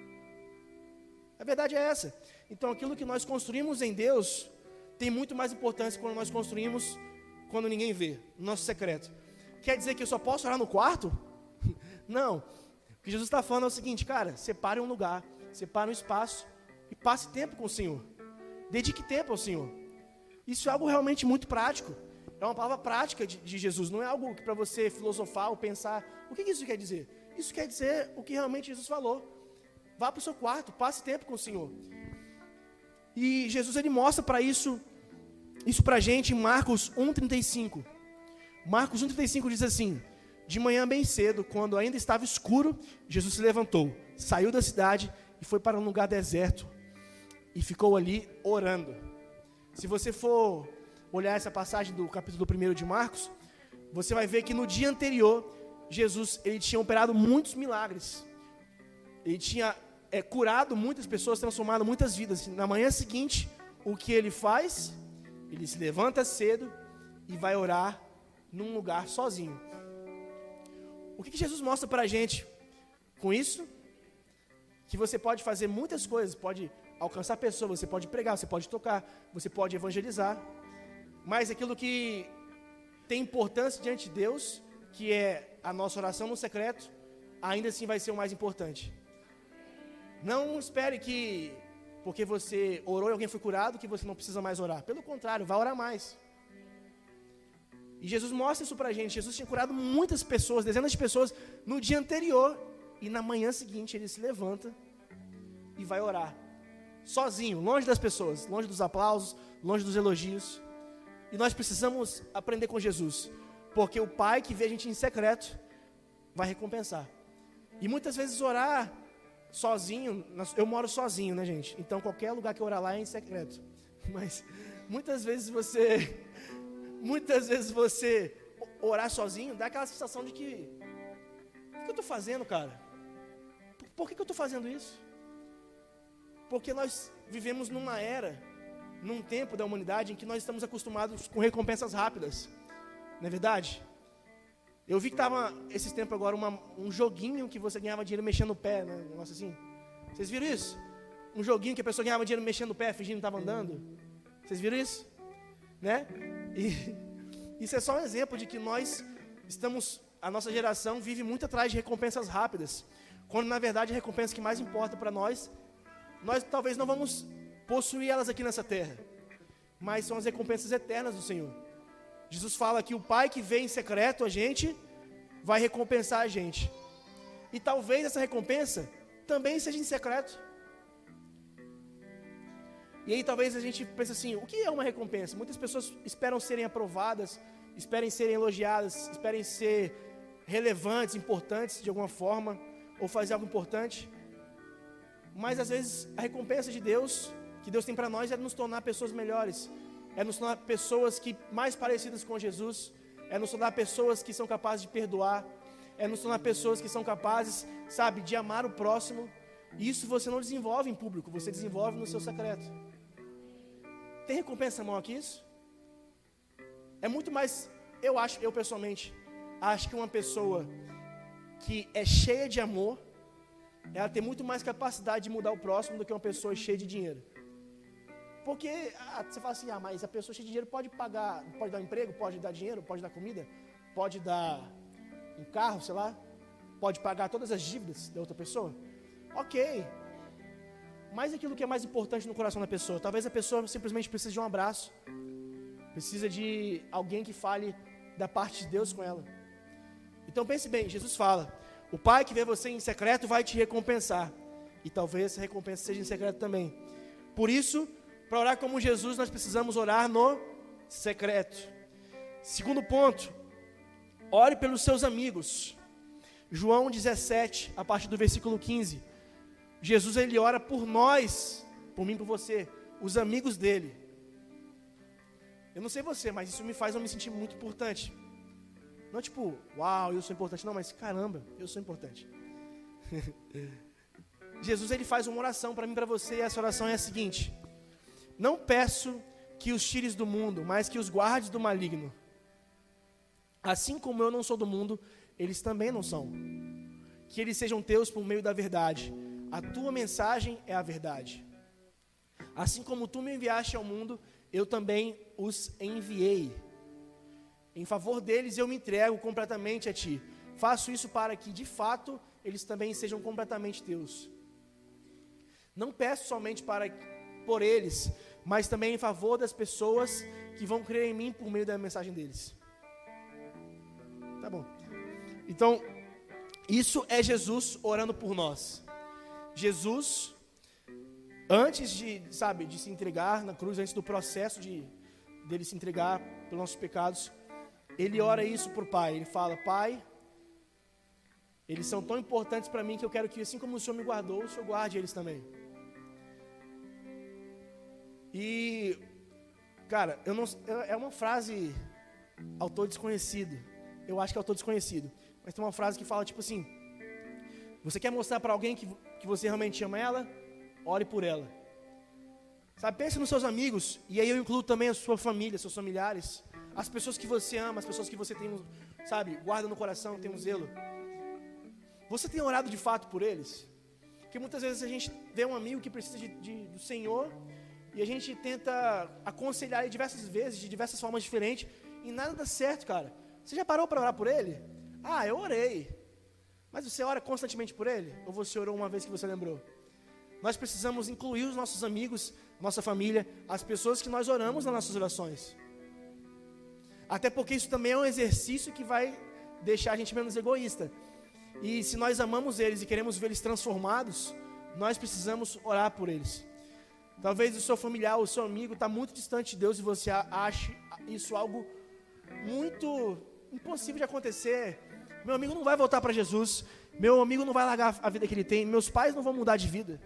A: A verdade é essa. Então aquilo que nós construímos em Deus tem muito mais importância quando nós construímos quando ninguém vê, no nosso secreto. Quer dizer que eu só posso orar no quarto? Não. O que Jesus está falando é o seguinte, cara, separe um lugar, separe um espaço e passe tempo com o Senhor. Dedique tempo ao Senhor. Isso é algo realmente muito prático. É uma palavra prática de, de Jesus. Não é algo para você filosofar ou pensar. O que isso quer dizer? Isso quer dizer o que realmente Jesus falou. Vá para o seu quarto, passe tempo com o Senhor. E Jesus, ele mostra para isso, isso para a gente em Marcos um, trinta e cinco. Marcos um, trinta e cinco diz assim: de manhã bem cedo, quando ainda estava escuro, Jesus se levantou, saiu da cidade e foi para um lugar deserto. E ficou ali orando. Se você for olhar essa passagem do capítulo primeiro de Marcos, você vai ver que no dia anterior, Jesus ele tinha operado muitos milagres. Ele tinha é, curado muitas pessoas, transformado muitas vidas. Na manhã seguinte, o que ele faz? Ele se levanta cedo e vai orar num lugar sozinho. O que, que Jesus mostra para a gente com isso? Que você pode fazer muitas coisas, pode alcançar pessoas, você pode pregar, você pode tocar, você pode evangelizar, mas aquilo que tem importância diante de Deus, que é a nossa oração no secreto, ainda assim vai ser o mais importante. Não espere que, porque você orou e alguém foi curado, que você não precisa mais orar. Pelo contrário, vai orar mais. E Jesus mostra isso pra gente. Jesus tinha curado muitas pessoas, dezenas de pessoas, no dia anterior, e na manhã seguinte ele se levanta e vai orar. Sozinho, longe das pessoas, longe dos aplausos, longe dos elogios. E nós precisamos aprender com Jesus, porque o Pai que vê a gente em secreto vai recompensar. E muitas vezes orar sozinho, eu moro sozinho, né, gente? Então qualquer lugar que eu orar lá é em secreto. Mas muitas vezes você, muitas vezes você orar sozinho dá aquela sensação de que, o que eu estou fazendo, cara? Por, por que, que eu estou fazendo isso? Porque nós vivemos numa era, num tempo da humanidade em que nós estamos acostumados com recompensas rápidas. Não é verdade? Eu vi que estava, esses tempos agora, uma, um joguinho que você ganhava dinheiro mexendo o pé, né? Um negócio assim. Vocês viram isso? Um joguinho que a pessoa ganhava dinheiro mexendo o pé, fingindo que estava andando. Vocês viram isso? Né? E isso é só um exemplo de que nós estamos, a nossa geração vive muito atrás de recompensas rápidas. Quando na verdade a recompensa que mais importa para nós, nós talvez não vamos possuir elas aqui nessa terra, mas são as recompensas eternas do Senhor. Jesus fala que o Pai que vê em secreto a gente, vai recompensar a gente. E talvez essa recompensa também seja em secreto. E aí talvez a gente pense assim, o que é uma recompensa? Muitas pessoas esperam serem aprovadas, esperem serem elogiadas, esperem ser relevantes, importantes de alguma forma, ou fazer algo importante. Mas às vezes a recompensa de Deus, que Deus tem para nós, é nos tornar pessoas melhores, é nos tornar pessoas que, mais parecidas com Jesus, é nos tornar pessoas que são capazes de perdoar, é nos tornar pessoas que são capazes, sabe, de amar o próximo. E isso você não desenvolve em público, você desenvolve no seu secreto. Tem recompensa maior que isso? É muito mais, eu acho, eu pessoalmente, acho que uma pessoa que é cheia de amor, ela tem muito mais capacidade de mudar o próximo do que uma pessoa cheia de dinheiro. Porque ah, você fala assim, ah, mas a pessoa cheia de dinheiro pode pagar, pode dar um emprego, pode dar dinheiro, pode dar comida, pode dar um carro, sei lá, pode pagar todas as dívidas da outra pessoa. Ok. Mas aquilo que é mais importante no coração da pessoa, talvez a pessoa simplesmente precise de um abraço, precisa de alguém que fale da parte de Deus com ela. Então pense bem, Jesus fala, o Pai que vê você em secreto vai te recompensar, e talvez essa recompensa seja em secreto também. Por isso, para orar como Jesus, nós precisamos orar no secreto. Segundo ponto, ore pelos seus amigos. João dezessete, a partir do versículo quinze, Jesus ele ora por nós, por mim e por você, os amigos dele. Eu não sei você, mas isso me faz eu me sentir muito importante. Não tipo, uau, eu sou importante, não, mas caramba, eu sou importante. Jesus ele faz uma oração para mim e para você, e essa oração é a seguinte: não peço que os tires do mundo, mas que os guardes do maligno. Assim como eu não sou do mundo, eles também não são. Que eles sejam teus por meio da verdade. A tua mensagem é a verdade. Assim como tu me enviaste ao mundo, eu também os enviei. Em favor deles eu me entrego completamente a ti. Faço isso para que, de fato, eles também sejam completamente teus. Não peço somente para, por eles, mas também em favor das pessoas que vão crer em mim por meio da mensagem deles. Tá bom. Então, isso é Jesus orando por nós. Jesus, antes de, sabe, de se entregar na cruz, antes do processo de dele se entregar pelos nossos pecados, ele ora isso por Pai. Ele fala, Pai, eles são tão importantes para mim que eu quero que, assim como o Senhor me guardou, o Senhor guarde eles também. E, cara, eu não, é uma frase, autor desconhecido. Eu acho que é autor desconhecido. Mas tem uma frase que fala tipo assim: você quer mostrar para alguém que, que você realmente ama ela? Ore por ela. Sabe, pense nos seus amigos, e aí eu incluo também a sua família, seus familiares, as pessoas que você ama, as pessoas que você tem, sabe, guarda no coração, tem um zelo. Você tem orado de fato por eles? Porque muitas vezes a gente vê um amigo que precisa de, de, do Senhor, e a gente tenta aconselhar ele diversas vezes, de diversas formas diferentes, e nada dá certo, cara. Você já parou para orar por ele? Ah, eu orei. Mas você ora constantemente por ele? Ou você orou uma vez que você lembrou? Nós precisamos incluir os nossos amigos, nossa família, as pessoas que nós oramos nas nossas orações. Até porque isso também é um exercício que vai deixar a gente menos egoísta. E se nós amamos eles e queremos ver eles transformados, nós precisamos orar por eles. Talvez o seu familiar, o seu amigo está muito distante de Deus e você ache isso algo muito impossível de acontecer. Meu amigo não vai voltar para Jesus, meu amigo não vai largar a vida que ele tem, meus pais não vão mudar de vida.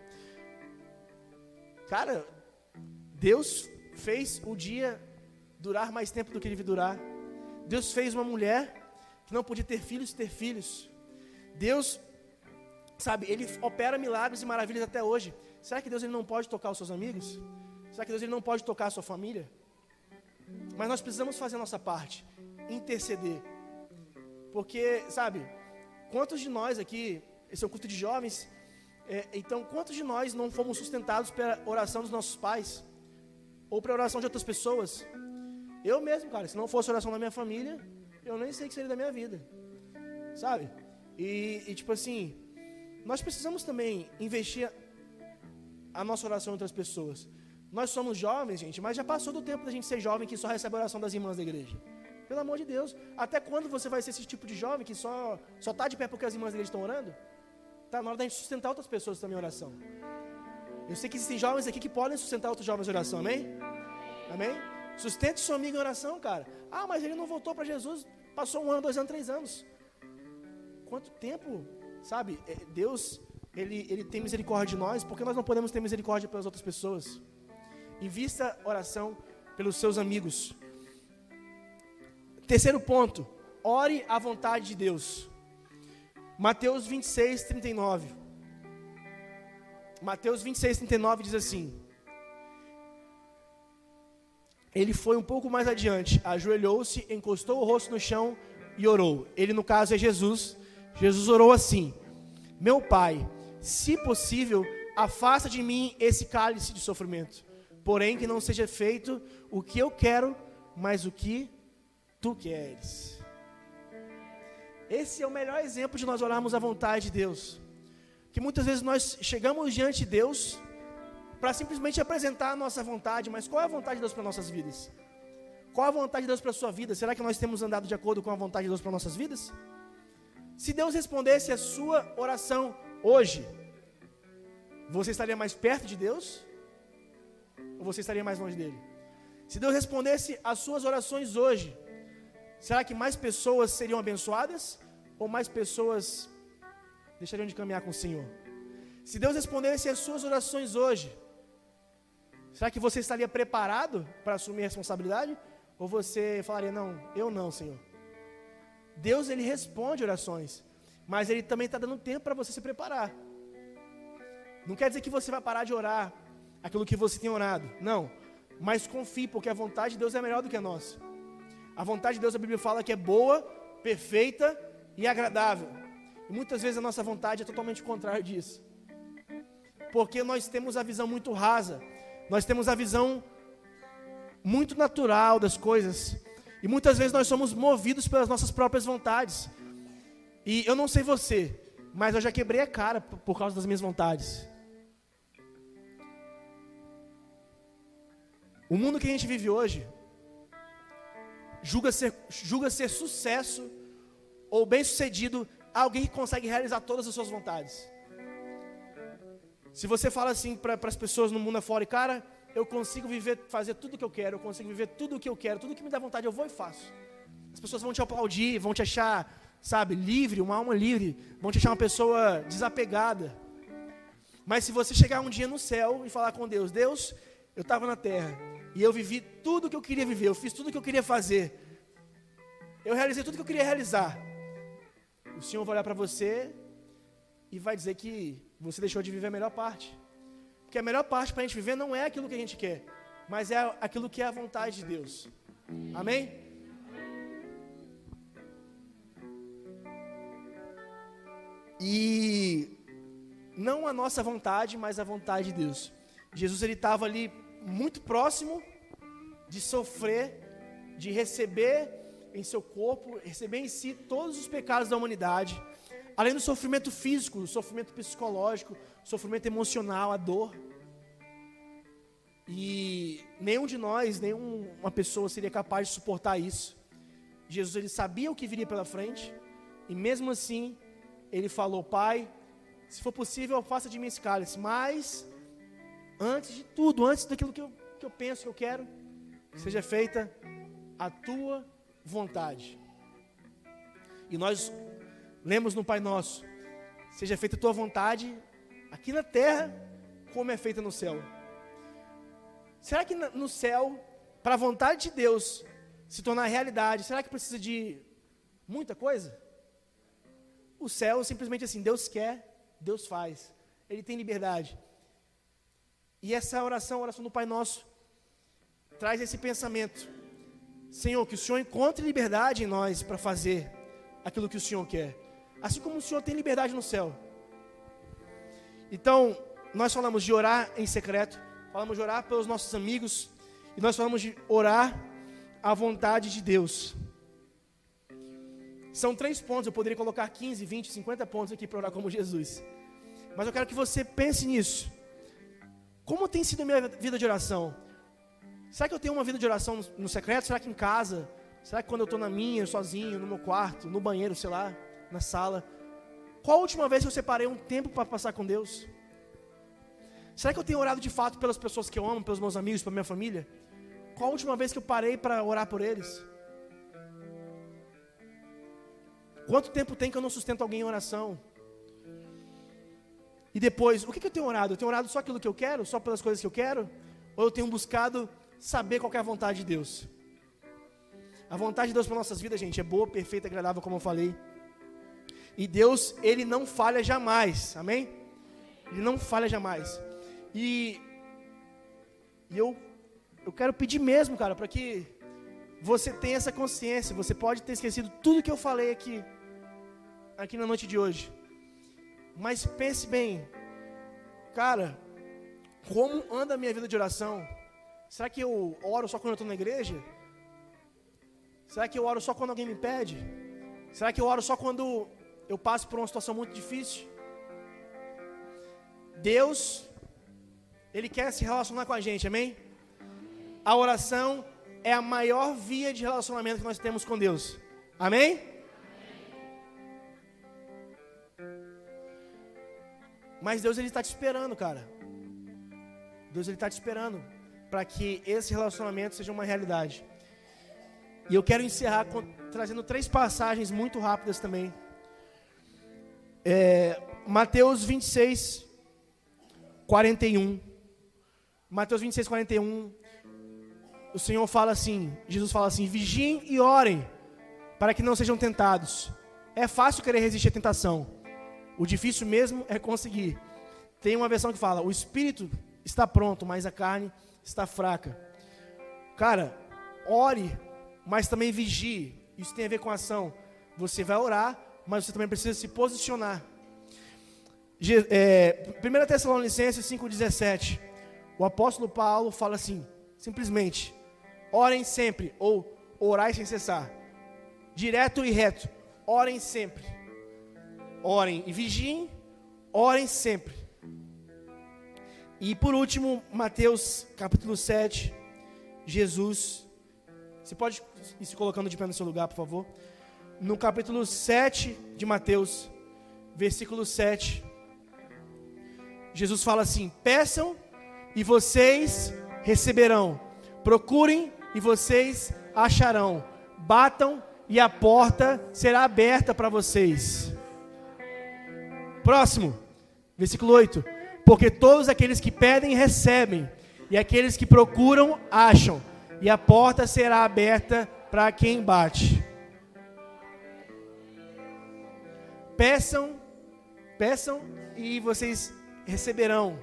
A: Cara, Deus fez o dia durar mais tempo do que ele devia durar. Deus fez uma mulher que não podia ter filhos, ter filhos. Deus, sabe, ele opera milagres e maravilhas até hoje. Será que Deus ele não pode tocar os seus amigos? Será que Deus ele não pode tocar a sua família? Mas nós precisamos fazer a nossa parte, interceder. Porque, sabe, quantos de nós aqui, esse é um culto de jovens, é, então quantos de nós não fomos sustentados pela oração dos nossos pais? Ou pela oração de outras pessoas? Eu mesmo, cara, se não fosse a oração da minha família, eu nem sei o que seria da minha vida. Sabe? E, e tipo assim, nós precisamos também investir a nossa oração em outras pessoas. Nós somos jovens, gente, mas já passou do tempo da gente ser jovem que só recebe a oração das irmãs da igreja. Pelo amor de Deus. Até quando você vai ser esse tipo de jovem que só só tá de pé porque as irmãs dele estão orando? Tá na hora da gente sustentar outras pessoas também em oração. Eu sei que existem jovens aqui que podem sustentar outros jovens em oração, amém? Amém? Sustente seu amigo em oração, cara. Ah, mas ele não voltou para Jesus, passou um ano, dois anos, três anos. Quanto tempo, sabe? Deus, ele, ele tem misericórdia de nós, porque nós não podemos ter misericórdia pelas outras pessoas. Invista oração pelos seus amigos. Terceiro ponto, ore à vontade de Deus. Mateus vinte e seis, trinta e nove. Mateus vinte e seis, trinta e nove diz assim: ele foi um pouco mais adiante, ajoelhou-se, encostou o rosto no chão e orou. Ele, no caso, é Jesus. Jesus orou assim: meu Pai, se possível, afasta de mim esse cálice de sofrimento. Porém, que não seja feito o que eu quero, mas o que tu queres. Esse é o melhor exemplo de nós orarmos à vontade de Deus. Que muitas vezes nós chegamos diante de Deus para simplesmente apresentar a nossa vontade, mas qual é a vontade de Deus para nossas vidas? Qual é a vontade de Deus para a sua vida? Será que nós temos andado de acordo com a vontade de Deus para nossas vidas? Se Deus respondesse a sua oração hoje, você estaria mais perto de Deus? Ou você estaria mais longe dele? Se Deus respondesse às suas orações hoje, será que mais pessoas seriam abençoadas? Ou mais pessoas deixariam de caminhar com o Senhor? Se Deus respondesse às suas orações hoje, será que você estaria preparado para assumir a responsabilidade? Ou você falaria, não, eu não, Senhor. Deus, Ele responde orações, mas Ele também está dando tempo para você se preparar. Não quer dizer que você vai parar de orar aquilo que você tem orado, não. Mas confie, porque a vontade de Deus é melhor do que a nossa. A vontade de Deus, a Bíblia fala que é boa, perfeita e agradável. E muitas vezes a nossa vontade é totalmente contrária disso. Porque nós temos a visão muito rasa, nós temos a visão muito natural das coisas, e muitas vezes nós somos movidos pelas nossas próprias vontades. E eu não sei você, mas eu já quebrei a cara por causa das minhas vontades. O mundo que a gente vive hoje julga ser, julga ser sucesso ou bem-sucedido alguém que consegue realizar todas as suas vontades. Se você fala assim para as pessoas no mundo afora, cara, eu consigo viver, fazer tudo o que eu quero, eu consigo viver tudo o que eu quero, tudo que me dá vontade, eu vou e faço. As pessoas vão te aplaudir, vão te achar, sabe, livre, uma alma livre, vão te achar uma pessoa desapegada. Mas se você chegar um dia no céu e falar com Deus, Deus, eu estava na terra e eu vivi tudo o que eu queria viver, eu fiz tudo o que eu queria fazer, eu realizei tudo o que eu queria realizar. O Senhor vai olhar para você e vai dizer que você deixou de viver a melhor parte. Porque a melhor parte para a gente viver não é aquilo que a gente quer, mas é aquilo que é a vontade de Deus. Amém? E não a nossa vontade, mas a vontade de Deus. Jesus, ele estava ali muito próximo de sofrer, de receber em seu corpo, receber em si todos os pecados da humanidade. Além do sofrimento físico, o sofrimento psicológico, o sofrimento emocional, a dor. E nenhum de nós, nenhuma pessoa seria capaz de suportar isso. Jesus, ele sabia o que viria pela frente, e mesmo assim, ele falou, Pai, se for possível, afasta de mim esse cálice, mas, antes de tudo, antes daquilo que eu, que eu penso, que eu quero, seja feita a tua vontade. E nós lemos no Pai Nosso, seja feita a tua vontade, aqui na terra, como é feita no céu. Será que no céu, para a vontade de Deus se tornar realidade, será que precisa de muita coisa? O céu simplesmente assim, Deus quer, Deus faz. Ele tem liberdade. E essa oração, a oração do Pai Nosso, traz esse pensamento. Senhor, que o Senhor encontre liberdade em nós para fazer aquilo que o Senhor quer. Assim como o Senhor tem liberdade no céu. Então, nós falamos de orar em secreto, falamos de orar pelos nossos amigos, e nós falamos de orar à vontade de Deus. São três pontos, eu poderia colocar quinze, vinte, cinquenta pontos aqui para orar como Jesus. Mas eu quero que você pense nisso. Como tem sido a minha vida de oração? Será que eu tenho uma vida de oração no secreto? Será que em casa Será que quando eu estou na minha, sozinho, no meu quarto, no banheiro, sei lá, na sala, qual a última vez que eu separei um tempo para passar com Deus? Será que eu tenho orado de fato pelas pessoas que eu amo, pelos meus amigos, pela minha família? Qual a última vez que eu parei para orar por eles? Quanto tempo tem que eu não sustento alguém em oração? E depois, o que, que eu tenho orado? Eu tenho orado só aquilo que eu quero? Só pelas coisas que eu quero? Ou eu tenho buscado saber qual é a vontade de Deus? A vontade de Deus para nossas vidas, gente, é boa, perfeita, agradável, como eu falei. E Deus, Ele não falha jamais, amém? Ele não falha jamais. E, e eu, eu quero pedir mesmo, cara, para que você tenha essa consciência. Você pode ter esquecido tudo que eu falei aqui, aqui na noite de hoje. Mas pense bem, cara, como anda a minha vida de oração? Será que eu oro só quando eu estou na igreja? Será que eu oro só quando alguém me pede? Será que eu oro só quando eu passo por uma situação muito difícil? Deus, Ele quer se relacionar com a gente, amém? A oração é a maior via de relacionamento que nós temos com Deus, amém? Mas Deus, Ele está te esperando, cara. Deus, Ele está te esperando para que esse relacionamento seja uma realidade. E eu quero encerrar com, trazendo três passagens muito rápidas também. É, Mateus vinte e seis, quarenta e um. Mateus vinte e seis, quarenta e um. O Senhor fala assim, Jesus fala assim: vigiem e orem, para que não sejam tentados. É fácil querer resistir à tentação. O difícil mesmo é conseguir. Tem uma versão que fala: o espírito está pronto, mas a carne está fraca. Cara, ore, mas também vigie. Isso tem a ver com ação. Você vai orar, mas você também precisa se posicionar. É, primeira Tessalonicenses cinco, dezessete. O apóstolo Paulo fala assim, simplesmente: orem sempre, ou orai sem cessar. Direto e reto, orem sempre. Orem e vigiem, orem sempre. E por último, Mateus capítulo sete, Jesus, você pode ir se colocando de pé no seu lugar, por favor? No capítulo sete de Mateus, versículo sete, Jesus fala assim: peçam e vocês receberão, procurem e vocês acharão, batam e a porta será aberta para vocês. Próximo, versículo oito. Porque todos aqueles que pedem, recebem, e aqueles que procuram, acham, e a porta será aberta para quem bate. Peçam, peçam e vocês receberão.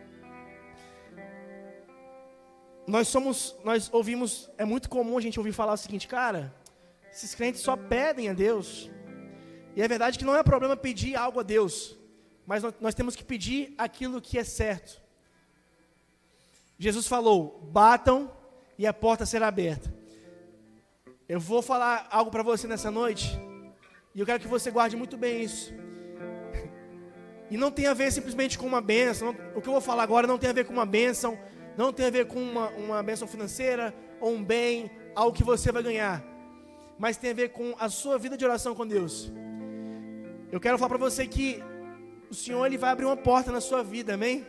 A: Nós somos, nós ouvimos, é muito comum a gente ouvir falar o seguinte: cara, esses crentes só pedem a Deus. E é verdade que não é problema pedir algo a Deus, mas nós, nós temos que pedir aquilo que é certo. Jesus falou: batam e a porta será aberta. Eu vou falar algo para você nessa noite, e eu quero que você guarde muito bem isso. E não tem a ver simplesmente com uma bênção. O que eu vou falar agora não tem a ver com uma bênção, não tem a ver com uma, uma bênção financeira, ou um bem, algo que você vai ganhar, mas tem a ver com a sua vida de oração com Deus. Eu quero falar para você que o Senhor, Ele vai abrir uma porta na sua vida, amém?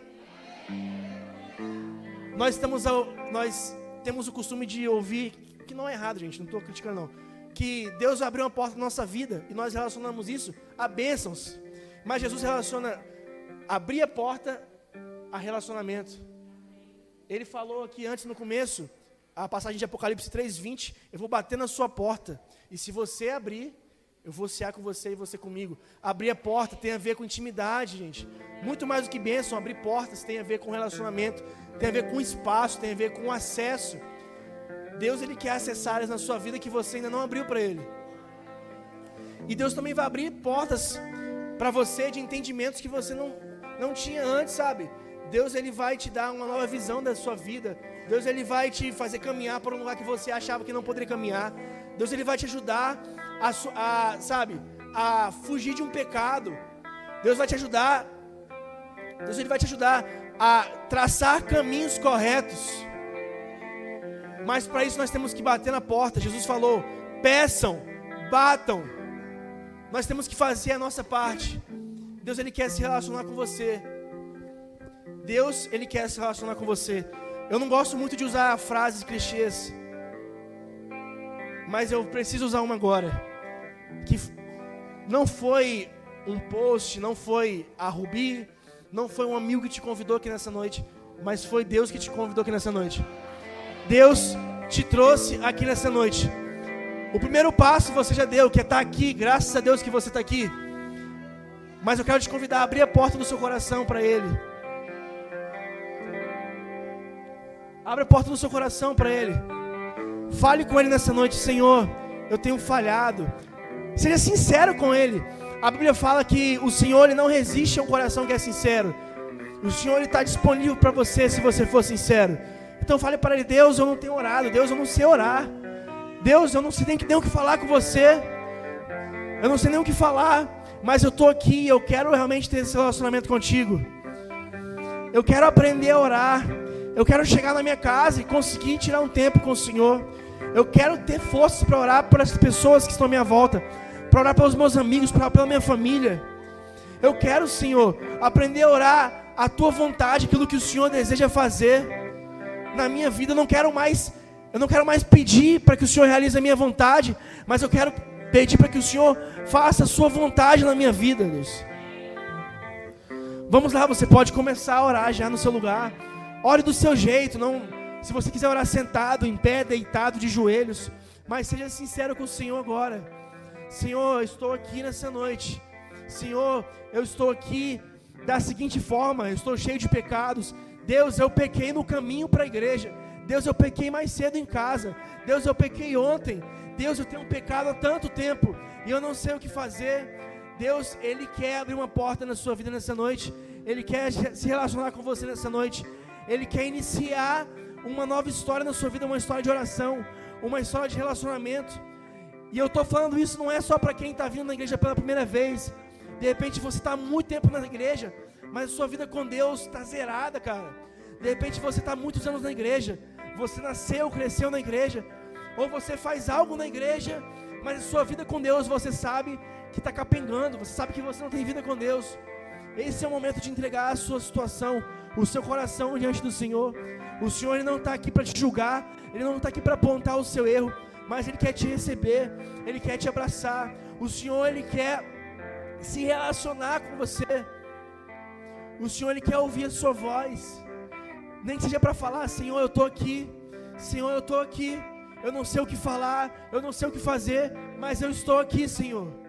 A: Nós, estamos ao, nós temos o costume de ouvir, que não é errado, gente, não estou criticando não, que Deus vai abrir uma porta na nossa vida, e nós relacionamos isso a bênçãos. Mas Jesus relaciona abrir a porta a relacionamento. Ele falou aqui antes, no começo, a passagem de Apocalipse três, vinte, eu vou bater na sua porta, e se você abrir, eu vou cear com você e você comigo. Abrir a porta tem a ver com intimidade, gente. Muito mais do que bênção, abrir portas tem a ver com relacionamento, tem a ver com espaço, tem a ver com acesso. Deus, Ele quer acessar áreas na sua vida que você ainda não abriu para Ele. E Deus também vai abrir portas para você de entendimentos que você não, não tinha antes, sabe? Deus, Ele vai te dar uma nova visão da sua vida. Deus, Ele vai te fazer caminhar para um lugar que você achava que não poderia caminhar. Deus, Ele vai te ajudar a, a, sabe, a fugir de um pecado. Deus vai te ajudar, Deus, Ele vai te ajudar a traçar caminhos corretos. Mas para isso nós temos que bater na porta. Jesus falou peçam, batam. Nós temos que fazer a nossa parte. Deus, Ele quer se relacionar com você. Deus, Ele quer se relacionar com você. Eu não gosto muito de usar frases clichês, mas eu preciso usar uma agora. Que não foi um post, não foi a Rubi, não foi um amigo que te convidou aqui nessa noite, mas foi Deus que te convidou aqui nessa noite. Deus te trouxe aqui nessa noite. O primeiro passo você já deu, que é estar aqui. Graças a Deus que você está aqui. Mas eu quero te convidar a abrir a porta do seu coração para Ele. Abra a porta do seu coração para Ele. Fale com Ele nessa noite: Senhor, eu tenho falhado. Seja sincero com Ele. A Bíblia fala que o Senhor, Ele não resiste a um coração que é sincero. O Senhor, Ele está disponível para você se você for sincero. Então fale para Ele: Deus, eu não tenho orado. Deus, eu não sei orar. Deus, eu não sei nem o que falar com você. Eu não sei nem o que falar. Mas eu estou aqui e eu quero realmente ter esse relacionamento contigo. Eu quero aprender a orar. Eu quero chegar na minha casa e conseguir tirar um tempo com o Senhor. Eu quero ter forças para orar por as pessoas que estão à minha volta, para orar pelos meus amigos, para orar pela minha família. Eu quero, Senhor, aprender a orar a Tua vontade, aquilo que o Senhor deseja fazer na minha vida. Eu não quero mais, eu não quero mais pedir para que o Senhor realize a minha vontade, mas eu quero pedir para que o Senhor faça a Sua vontade na minha vida, Deus. Vamos lá, você pode começar a orar já no seu lugar. Ore do seu jeito, não, se você quiser orar sentado, em pé, deitado, de joelhos, mas seja sincero com o Senhor agora. Senhor, eu estou aqui nessa noite. Senhor, eu estou aqui da seguinte forma: eu estou cheio de pecados. Deus, eu pequei no caminho para a igreja. Deus, eu pequei mais cedo em casa. Deus, eu pequei ontem. Deus, eu tenho pecado há tanto tempo e eu não sei o que fazer. Deus, Ele quer abrir uma porta na sua vida nessa noite. Ele quer se relacionar com você nessa noite. Ele quer iniciar uma nova história na sua vida, uma história de oração, uma história de relacionamento. E eu estou falando isso não é só para quem está vindo na igreja pela primeira vez. De repente você está há muito tempo na igreja, mas a sua vida com Deus está zerada, cara. De repente você está há muitos anos na igreja, você nasceu, cresceu na igreja, ou você faz algo na igreja, mas a sua vida com Deus você sabe que está capengando, você sabe que você não tem vida com Deus. Esse é o momento de entregar a sua situação, o seu coração diante do Senhor. O Senhor, Ele não está aqui para te julgar, Ele não está aqui para apontar o seu erro, mas Ele quer te receber, Ele quer te abraçar. O Senhor, Ele quer se relacionar com você. O Senhor, Ele quer ouvir a sua voz, nem que seja para falar: Senhor, eu estou aqui, Senhor, eu estou aqui, eu não sei o que falar, eu não sei o que fazer, mas eu estou aqui, Senhor.